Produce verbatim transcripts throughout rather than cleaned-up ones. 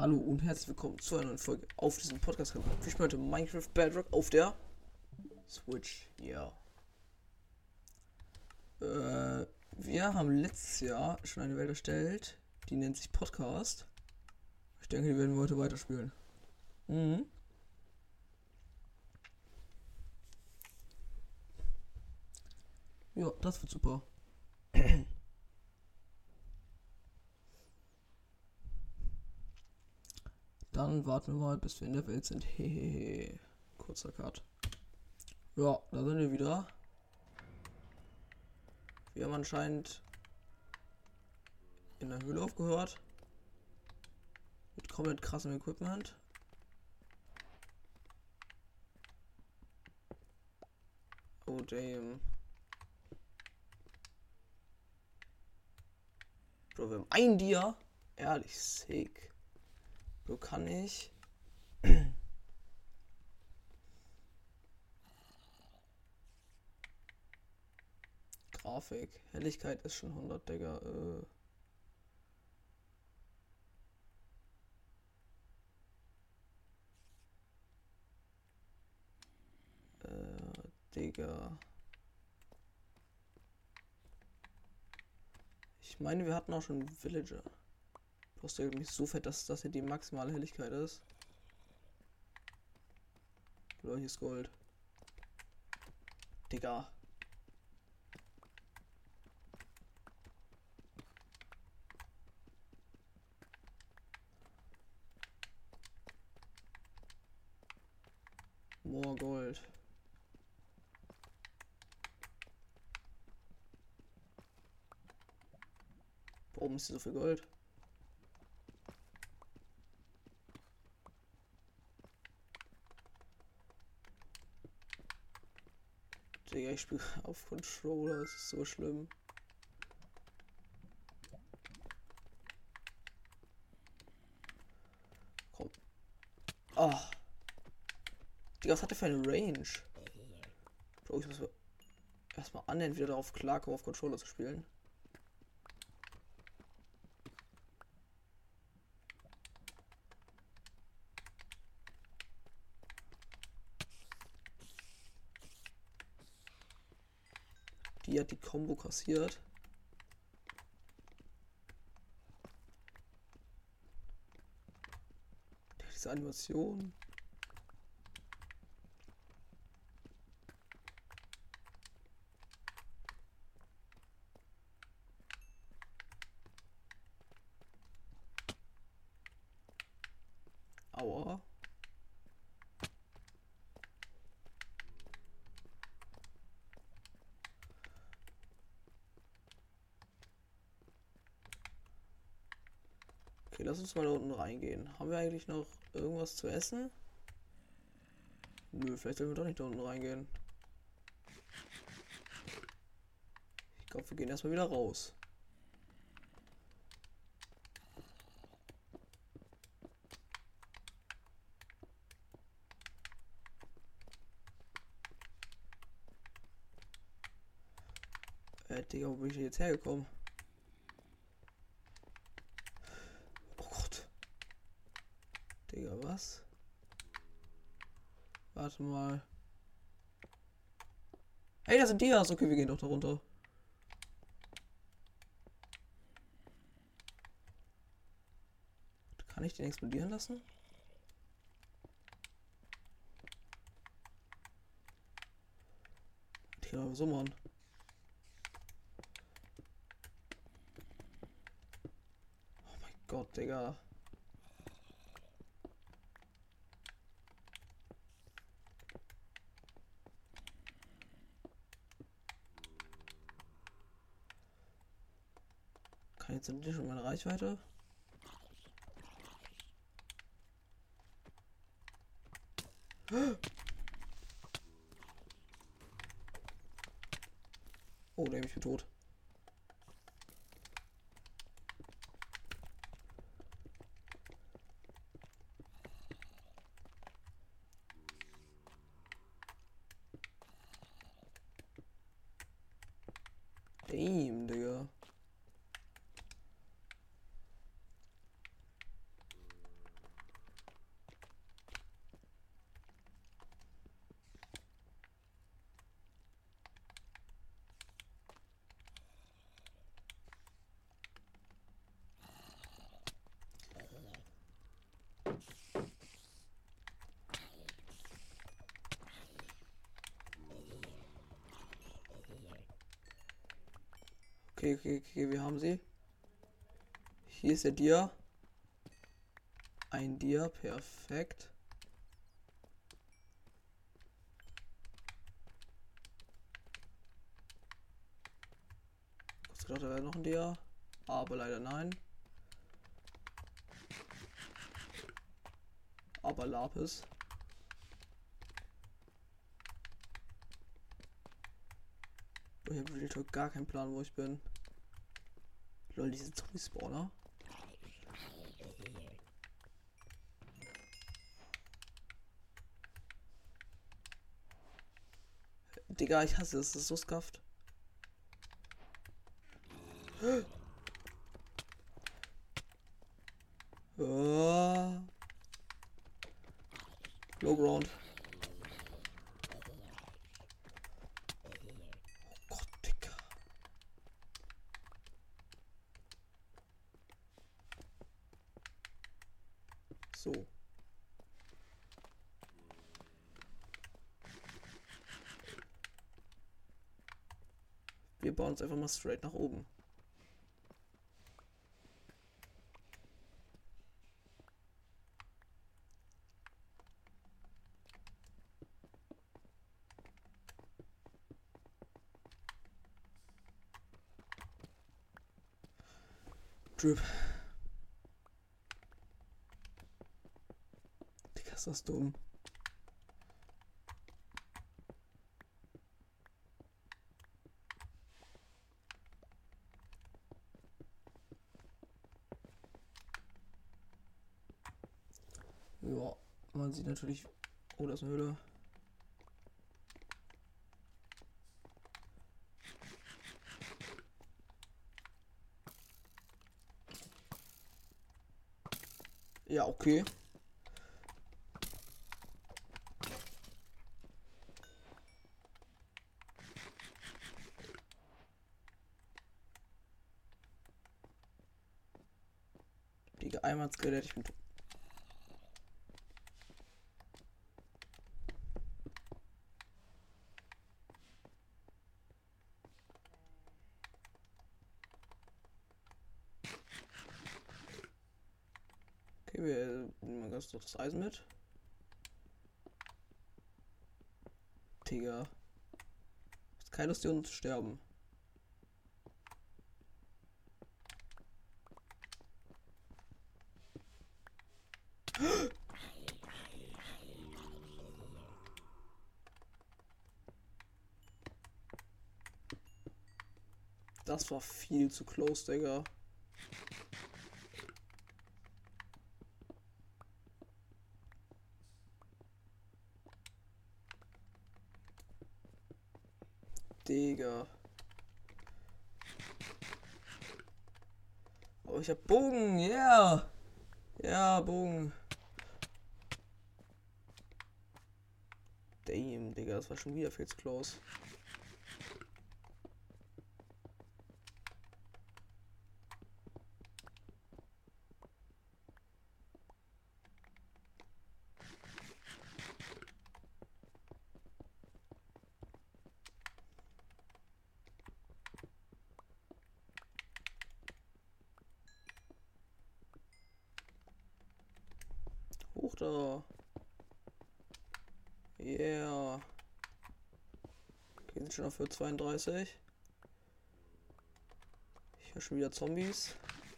Hallo und herzlich willkommen zu einer neuen Folge auf diesem Podcast-Kanal. Wir spielen heute Minecraft Bedrock auf der Switch. Ja. Äh, wir haben letztes Jahr schon eine Welt erstellt, die nennt sich Podcast. Ich denke, die werden wir heute weiterspielen. Mhm. Ja, das wird super. Dann warten wir mal, bis wir in der Welt sind. Hehehe. Kurzer Cut. Ja, da sind wir wieder. Wir haben anscheinend in der Höhle aufgehört. Mit komplett krassem Equipment. Oh damn. Bro, wir haben ein Dia. Ehrlich, sick. So kann ich. Grafik. Helligkeit ist schon hundert, Digga. Äh. Äh, Digga. Ich meine, wir hatten auch schon Villager. Bloß der irgendwie so fett, dass das hier die maximale Helligkeit ist. Oder hier ist Gold. Digga. More Gold. Warum ist hier so viel Gold? Digga, ich spiele auf Controller, es ist so schlimm. Komm. Ah. Digga, was hat der für eine Range? Bro, ich muss erstmal annähernd wieder darauf klarkommen, auf Controller zu spielen. Die hat die Combo kassiert. Diese Animation. Aua. Okay, lass uns mal da unten reingehen. Haben wir eigentlich noch irgendwas zu essen? Nö, vielleicht sollen wir doch nicht da unten reingehen. Ich glaube, wir gehen erstmal wieder raus. Äh, Digga, wo bin ich jetzt hergekommen? Oh Gott. Digga, was? Warte mal. Hey, da sind Dias. Okay, wir gehen doch da runter. Kann ich den explodieren lassen? Digga, so Mann. Oh mein Gott, Digga. Kann jetzt endlich schon meine Reichweite? Oh, ne, ich bin tot. Damn, Digga. Okay, okay, okay, wir haben sie. Hier ist der Dia. Ein Dia, perfekt. Kurz gedacht, da wäre noch ein Dia. Aber leider nein. Aber Lapis. Ich habe wirklich gar keinen Plan, wo ich bin. Lol, diese Zombie-Spawner. Digga, ich hasse es, das ist so scuffed. Oh. Low ground. Oh Gott, Digga. So. Wir bauen uns einfach mal straight nach oben. Drip. Digga, ist das dumm. Ja, man sieht natürlich. Oh, das ist eine Höhle. Ja, okay. Digga, einmal Skelett, ich bin tot. Okay, wir nehmen ganz doch das Eisen mit. Digga. Ist keine Lust, hier unten zu sterben. Das war viel zu close, Digga. Digga. Oh, ich hab Bogen, yeah. Ja, Bogen. Damn, Digga, das war schon wieder viel zu close. Hoch da. Yeah. Okay, sind schon auf für zweiunddreißig. Ich höre schon wieder Zombies.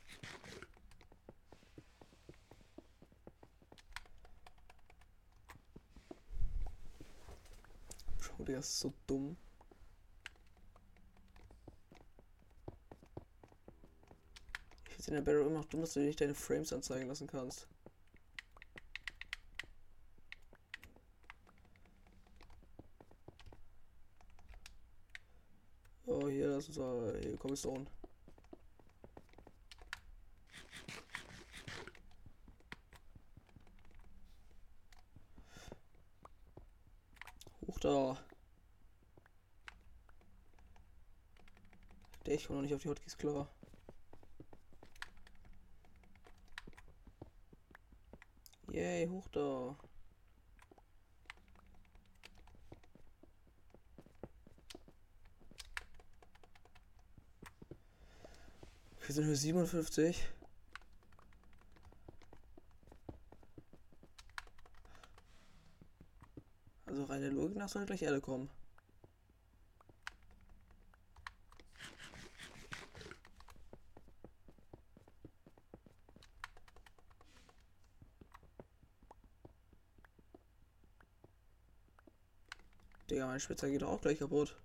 Schau, der ist so dumm. Ich finde in der Barrel immer noch dumm, dass du dir nicht deine Frames anzeigen lassen kannst. Oh, hier, das ist unser hier, Cobblestone. Hoch da. Der, ich komme noch nicht auf die Hotkeys klar. Yay, hoch da. sind Höhe siebenundfünfzig. Also reine Logik nach soll gleich Erde kommen. Digga, mein Spitzer geht doch auch gleich kaputt.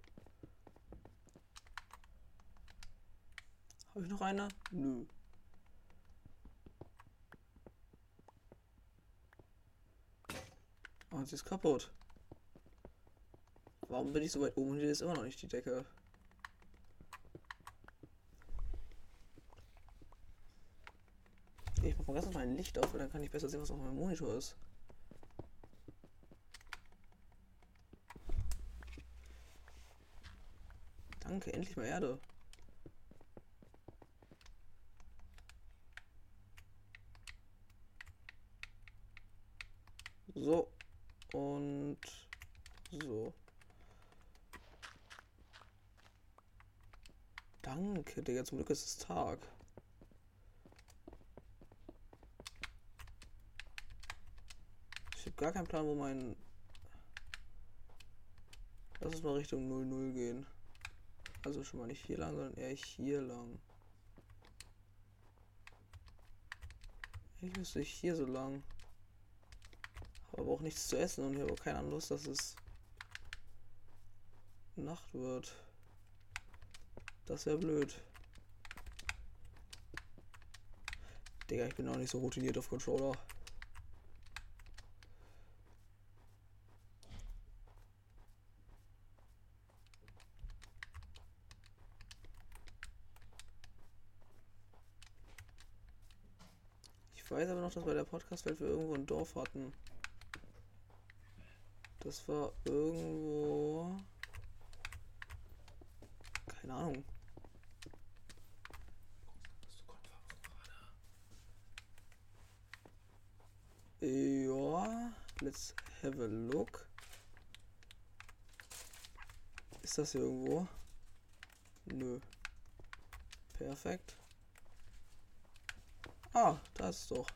Habe ich noch eine? Nö. Und sie ist kaputt. Warum bin ich so weit oben und hier ist immer noch nicht die Decke? Ich mache mal ganz mal ein Licht auf, weil dann kann ich besser sehen, was auf meinem Monitor ist. Danke, endlich mal Erde. So. Und so. Danke, Digga, zum Glück ist es Tag. Ich habe gar keinen Plan, wo mein... Lass uns mal Richtung null null gehen. Also schon mal nicht hier lang, sondern eher hier lang. Ich müsste ich hier so lang. Habe aber auch nichts zu essen und ich habe auch keine Lust, dass es Nacht wird. Das wäre blöd. Digga, ich bin auch nicht so routiniert auf Controller. Ich weiß aber noch, dass bei der Podcast-Welt wir irgendwo ein Dorf hatten. Das war irgendwo... Keine Ahnung. Ja, let's have a look. Ist das hier irgendwo? Nö. Perfekt. Ah, da ist es doch.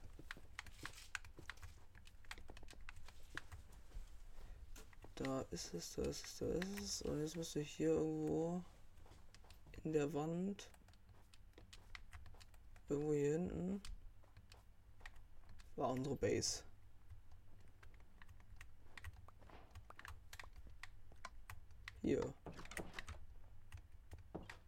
Da ist es, da ist es, da ist es. Und jetzt müsste ich hier irgendwo in der Wand. Irgendwo hier hinten. War unsere Base. Hier.